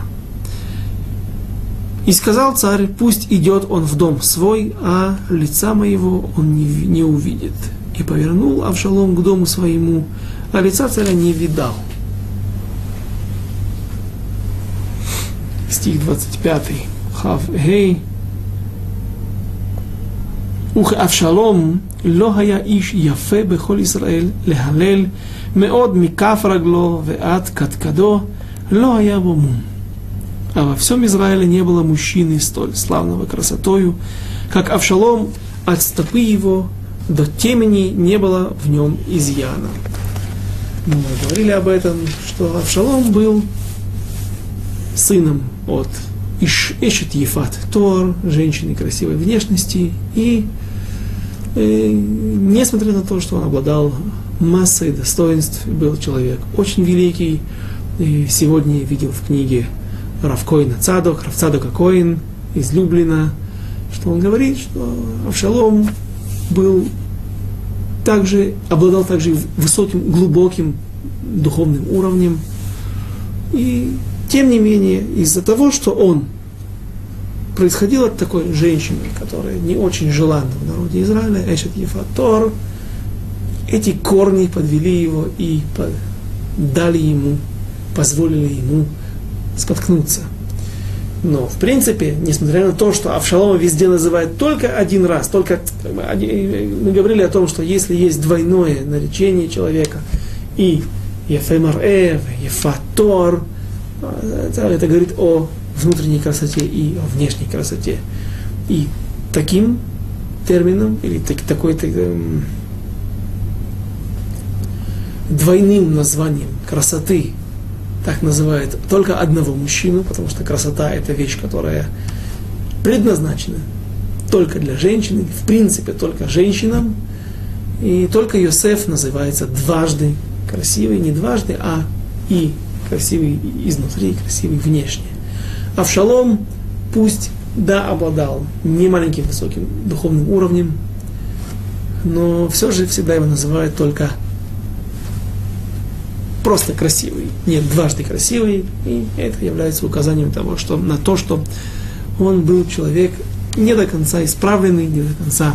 И сказал царь: пусть идет он в дом свой, а лица моего он не увидит. И повернул Авшалом к дому своему, а лица царя не видал. Стих 25. Хав гей. Ух Авшалом ло хая иш яфе бехол Исраэль лехалел меод микаф рагло веат каткадо ло хая бо мум. А во всем Израиле не было мужчины столь славного красотою, как Авшалом, от стопы его до темени не было в нем изъяна. Мы говорили об этом, что Авшалом был сыном от Эшет Ефат Тор, женщины красивой внешности, и несмотря на то, что он обладал массой достоинств, был человек очень великий. И сегодня я видел в книге Рав Коэна Цадок, Рав Цадока Коэн из Люблина, что он говорит, что Авшалом обладал также высоким, глубоким духовным уровнем. И тем не менее, из-за того, что он происходил от такой женщины, которая не очень желанна в народе Израиля, Эшет Ефат Тор, эти корни подвели его и позволили ему споткнуться. Но, в принципе, несмотря на то, что Авшалома везде называют только один раз, мы говорили о том, что если есть двойное наречение человека, и Ефемар Эв, Ефат Тор, это говорит о внутренней красоте и о внешней красоте. И таким термином, или такой-то двойным названием красоты так называют только одного мужчину, потому что красота – это вещь, которая предназначена только для женщины, в принципе, только женщинам. И только Йосеф называется дважды красивый, не дважды, а и красивый изнутри, и красивый внешне. Авшалом, пусть, да, обладал не маленьким высоким духовным уровнем, но все же всегда его называют только просто красивый, нет, дважды красивый, и это является указанием того, что, на то, что он был человек не до конца исправленный, не до конца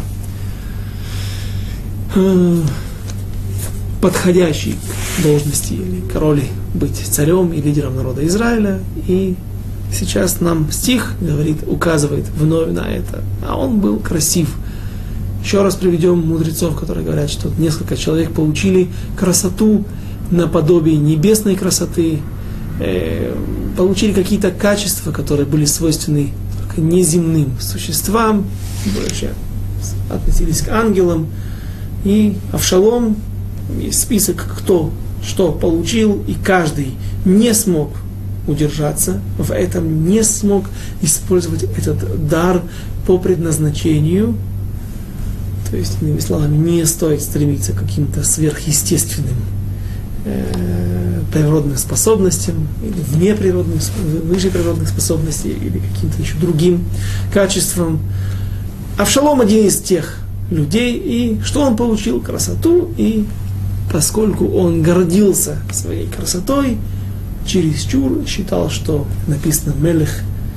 подходящий к должности или к роли быть царем и лидером народа Израиля. И сейчас нам стих указывает вновь на это, а он был красив. Еще раз приведем мудрецов, которые говорят, что несколько человек получили красоту наподобие небесной красоты, получили какие-то качества, которые были свойственны только неземным существам, больше относились к ангелам. И Авшалом, есть список, кто что получил, и каждый не смог удержаться в этом, не смог использовать этот дар по предназначению. То есть, иными словами, не стоит стремиться к каким-то сверхъестественным природным способностям, или внеприродным, выше природных способностей, или каким-то еще другим качествам. Авшалом один из тех людей, и что он получил? Красоту, и поскольку он гордился своей красотой, чересчур считал, что написано «Мелех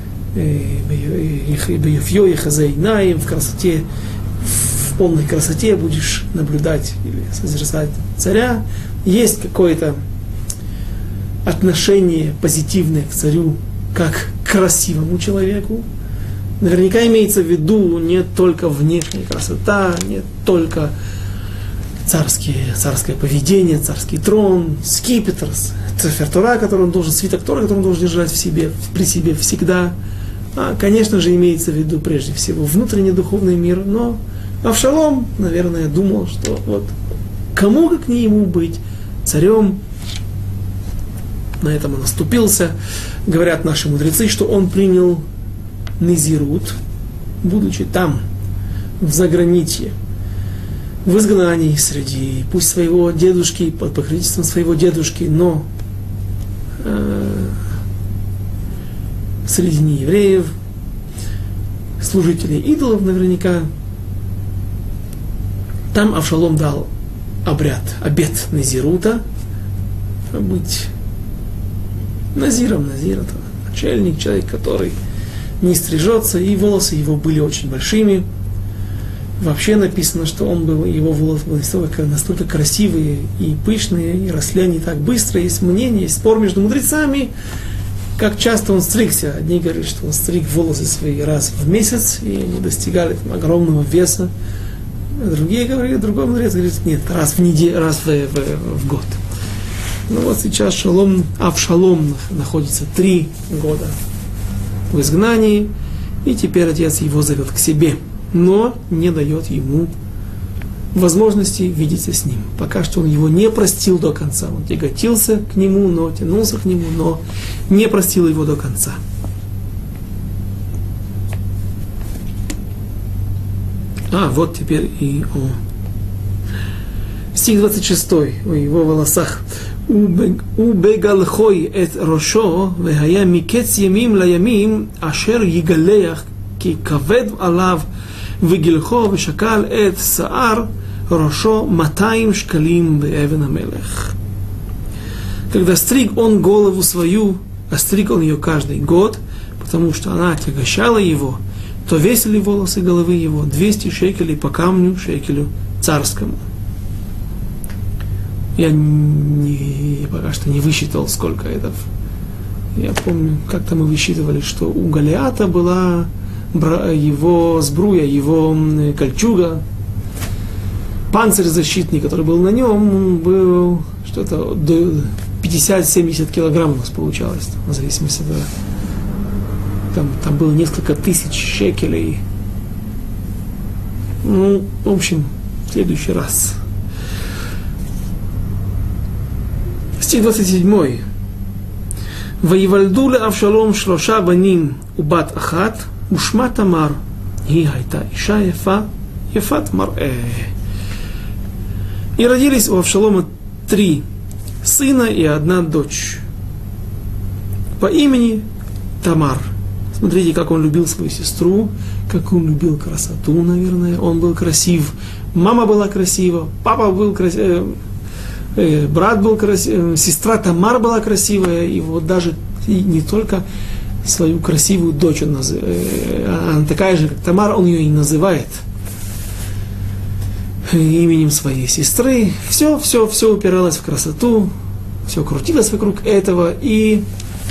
беюфьё ехазейнаим», в красоте, в полной красоте будешь наблюдать или созерцать царя. Есть какое-то отношение позитивное к царю, как к красивому человеку. Наверняка имеется в виду не только внешняя красота, не только царское поведение, царский трон, скипетр, цифер Тора, который он должен, свиток Тора, который он должен держать при себе всегда. Конечно же, имеется в виду прежде всего внутренний духовный мир, но Авшалом, наверное, думал, что вот кому как не ему быть царем. На этом он оступился. Говорят наши мудрецы, что он принял Низирут, будучи там, в заграничье, в изгнании среди, пусть своего дедушки, под покровительством своего дедушки, но среди неевреев, служителей идолов наверняка. Там Авшалом дал обет Назирута, быть Назиром, Назир это начальник, человек, который не стрижется, и волосы его были очень большими. Вообще написано, что его волосы были настолько красивые и пышные, и росли они так быстро. Есть мнение, есть спор между мудрецами, как часто он стригся. Одни говорят, что он стриг волосы свои раз в месяц, и они достигали там огромного веса. Другие говорили, другой мудрец говорит, нет, раз в неделю, раз в год. Ну вот сейчас Авшалом находится 3 года в изгнании, и теперь отец его зовет к себе, но не дает ему возможности видеться с ним. Пока что он его не простил до конца. Он тяготился к нему, но тянулся к нему, но не простил его до конца. Вот теперь и стих 26 о его волосах. ובגלחוי את ראשו, והיה מקץ ימים לימים, אשר יגלח כי כבד עליו, וגלחו ושקל את שיער ראשו 200 шекелей באבן המלך. Когда стриг он голову свою, а стриг он ее каждый год, потому что она отягощала его, то весили волосы головы его 200 шекелей по камню шекелю царскому. Я пока что не высчитал, сколько это. Я помню, как-то мы высчитывали, что у Голиата была его сбруя, его кольчуга, панцирь защитный, который был на нем, был что-то до 50-70 килограмм у нас получалось, в зависимости от... Там было несколько тысяч шекелей. В общем, в следующий раз. стих 27. ויוולדו לאבשלום 3 בנים ובת אחת, ושמה תמר. היא הייתה אישה יפת מראה. И родились у Авшалома 3 сына и 1 дочь. По имени Тамар. Смотрите, как он любил свою сестру, как он любил красоту, наверное. Он был красив. Мама была красива, папа был красив, брат был красив, сестра Тамар была красивая. И вот даже не только свою красивую дочь он она такая же, как Тамар, он ее и называет именем своей сестры. Все упиралось в красоту, все крутилось вокруг этого. И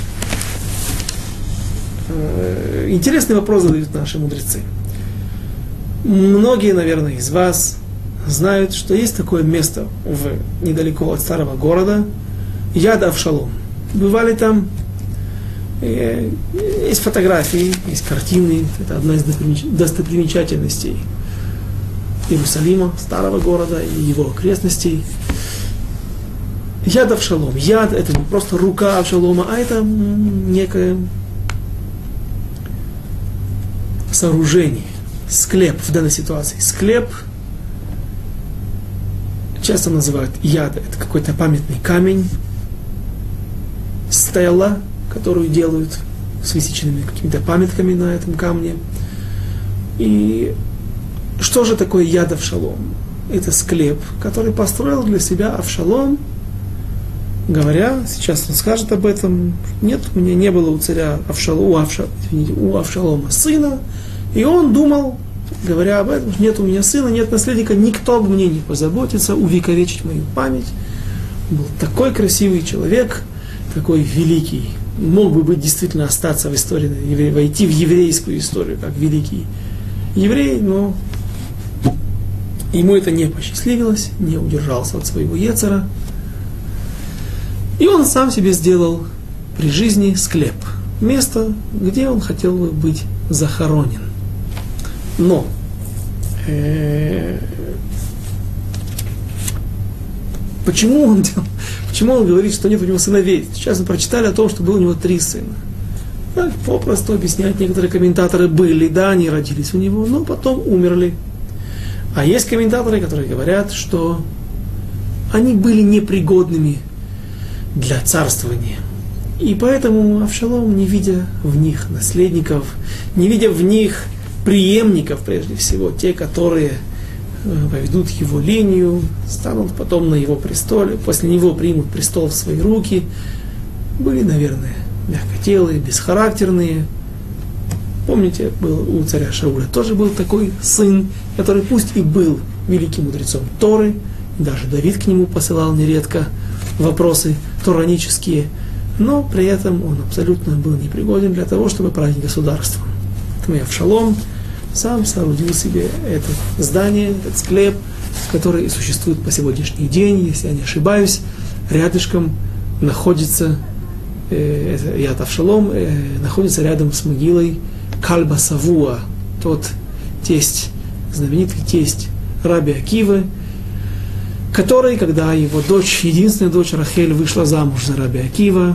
интересный вопрос задают наши мудрецы. Многие, наверное, из вас знают, что есть такое место недалеко от старого города, Яд Авшалом. Бывали там, есть фотографии, есть картины, это одна из достопримечательностей Иерусалима, старого города и его окрестностей. Яд Авшалом. Яд — это не просто рука Авшалома, а это некое сооружение, склеп в данной ситуации. Склеп часто называют яд, это какой-то памятный камень, стела, которую делают с высеченными какими-то памятками на этом камне. И что же такое яд Авшалом? Это склеп, который построил для себя Авшалом, говоря, сейчас он скажет об этом, нет, у меня не было у царя у Авшалома сына, и он думал, говоря об этом, нет у меня сына, нет наследника, никто об мне не позаботится, увековечить мою память. Был такой красивый человек, такой великий, мог бы быть действительно остаться в истории, войти в еврейскую историю, как великий еврей, но ему это не посчастливилось, не удержался от своего Ецера. И он сам себе сделал при жизни склеп, место, где он хотел бы быть захоронен. Но почему он говорит, что нет у него сыновей? Сейчас мы прочитали о том, что было у него 3 сына. Так, попросту объясняют некоторые комментаторы, были, да, они родились у него, но потом умерли. А есть комментаторы, которые говорят, что они были непригодными для царствования. И поэтому Авшалом, не видя в них наследников, не видя в них преемников, прежде всего, те, которые поведут его линию, станут потом на его престоле, после него примут престол в свои руки, были, наверное, мягкотелые, бесхарактерные. Помните, был у царя Шауля тоже был такой сын, который пусть и был великим мудрецом Торы, даже Давид к нему посылал нередко вопросы торанические, но при этом он абсолютно был непригоден для того, чтобы править государством. Поэтому Авшалом сам соорудил себе это здание, этот склеп, который существует по сегодняшний день, если я не ошибаюсь, рядышком находится, Яд Авшалом, находится рядом с могилой Кальба Савуа, тот тесть, знаменитый тесть Раби Акивы, который, когда его дочь, единственная дочь Рахель, вышла замуж за Раби Акива,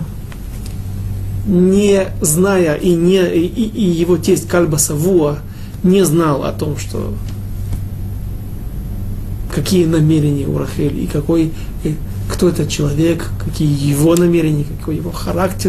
не зная, и его тесть Кальба Савуа не знал о том, что какие намерения у Рахель, и кто этот человек, какие его намерения, какой его характер,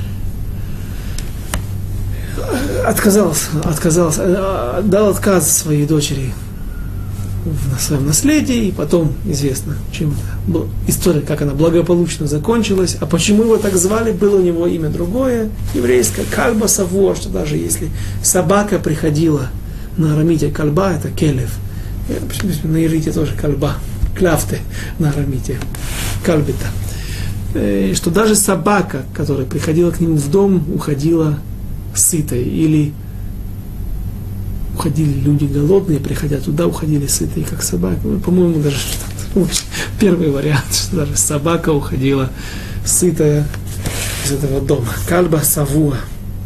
дал отказ своей дочери в своем наследии, и потом известно, чем это была история, как она благополучно закончилась, а почему его так звали, было у него имя другое, еврейское, Кальба Савуа, что даже если собака приходила на арамите, кальба это келев, на иврите тоже кальба, кляфты на арамите, кальбита, что даже собака, которая приходила к нему в дом, уходила сытой, или уходили люди голодные, приходя туда, уходили сытые, как собака. По-моему, даже первый вариант, что даже собака уходила сытая из этого дома. Кальба Савуа.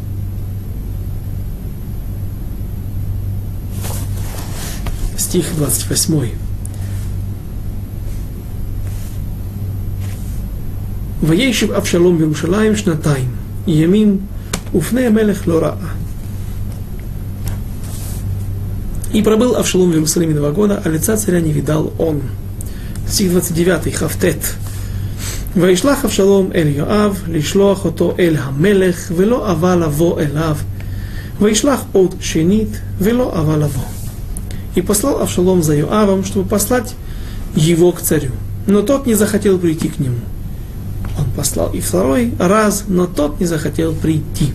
Стих 28. Ваейшив Авшалом в Иерушалаим шнатайм, ямим уфне мелех ло раа. И пробыл Авшалом в Иерусалиме 2 года, а лица царя не видал он. Стих 29, Хафтет. Ваишлах Авшалом эль Йоав, лишлох ото эль хамелех, вело ава лаво элав. Ваишлах от шенит, вело ава лаво. И послал Авшалом за Йоавом, чтобы послать его к царю. Но тот не захотел прийти к нему. Он послал и второй раз, но тот не захотел прийти.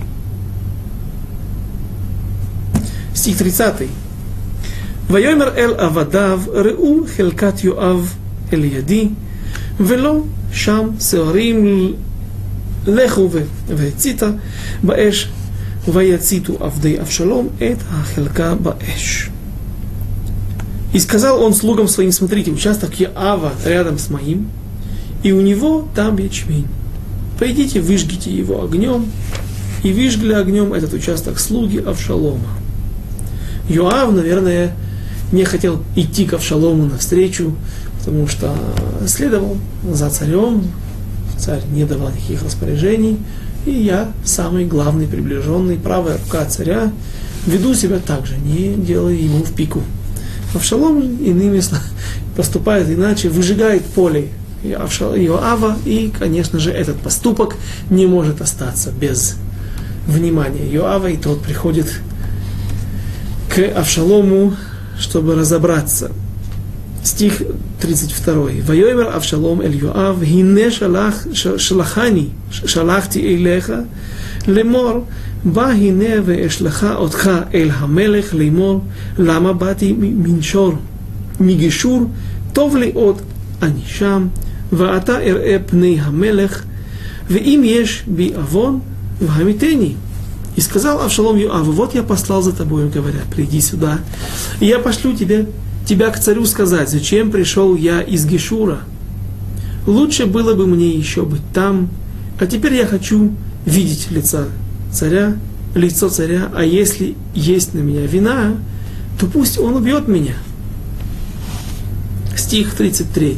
Стих 30. ויאמר אל עבדיו, ראו חלקת יואב אל ידי, ולא שם שערים, לכו והציתה באש, ויציתו עבדי אבשלום את החלקה באש. И сказал он слугам своим: смотрите, участок Йоава рядом с моим, и у него там ячмень. Пойдите, выжгите его огнем, и выжгли огнем этот участок слуги Авшалома. Йоав, наверное, не хотел идти к Авшалому навстречу, потому что следовал за царем, царь не давал никаких распоряжений, и я, самый главный приближенный, правая рука царя, веду себя так же, не делая ему в пику. Авшалом, иными словами, поступает иначе, выжигает поле Йоава, и, конечно же, этот поступок не может остаться без внимания Йоава, и тот приходит к Авшалому, чтобы разобраться. Стих 32. Ваёймер Авшалом эль Йоав, хине шалахти эйлеха, лемор, ба хине веэшлаха отха эль хамелех, лемор, лама бати миншор, мигишур, тов ли от анишам, ваата эрэ пней хамелех, веим еш би авон, вхамитени. И сказал Авшалом Йоаву: вот я послал за тобой, говоря, приди сюда, и я пошлю тебя к царю сказать, зачем пришел я из Гешура. Лучше было бы мне еще быть там, а теперь я хочу видеть лицо царя, а если есть на меня вина, то пусть он убьет меня. Стих 33.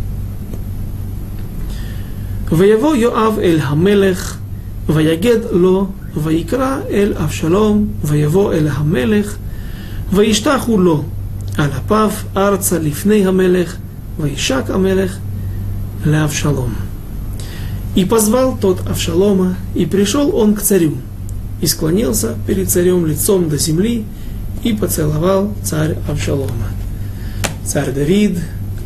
Ваяво Йоав эль хамелех, ваягед ло, ויקרא אל אבשלום, ויבוא אל המלך, וישתחו לו, алапав арца лифней гамелех, ваишак амелех ля Авшалом. И позвал тот Авшалома, и пришел он к царю, и склонился перед царем лицом до земли, и поцеловал царь Авшалома. Царь Давид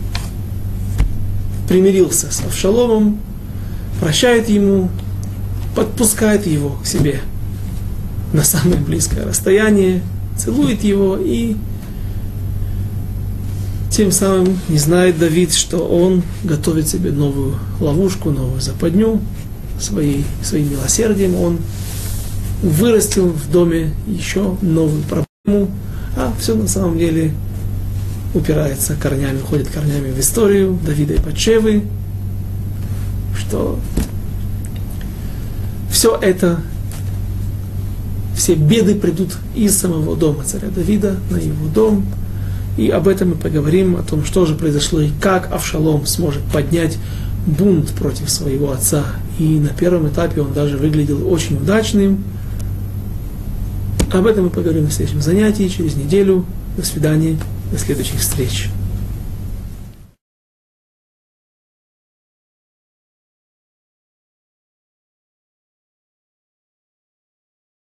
примирился с Авшаломом, прощает ему, подпускает его к себе на самое близкое расстояние, целует его, и тем самым не знает Давид, что он готовит себе новую ловушку, новую западню. Своим милосердием он вырастил в доме еще новую проблему, а все на самом деле упирается корнями, уходит корнями в историю Давида и Батшевы, что все это, все беды придут из самого дома царя Давида на его дом. И об этом мы поговорим, о том, что же произошло и как Авшалом сможет поднять бунт против своего отца. И на первом этапе он даже выглядел очень удачным. Об этом мы поговорим на следующем занятии, через неделю. До свидания, до следующих встреч.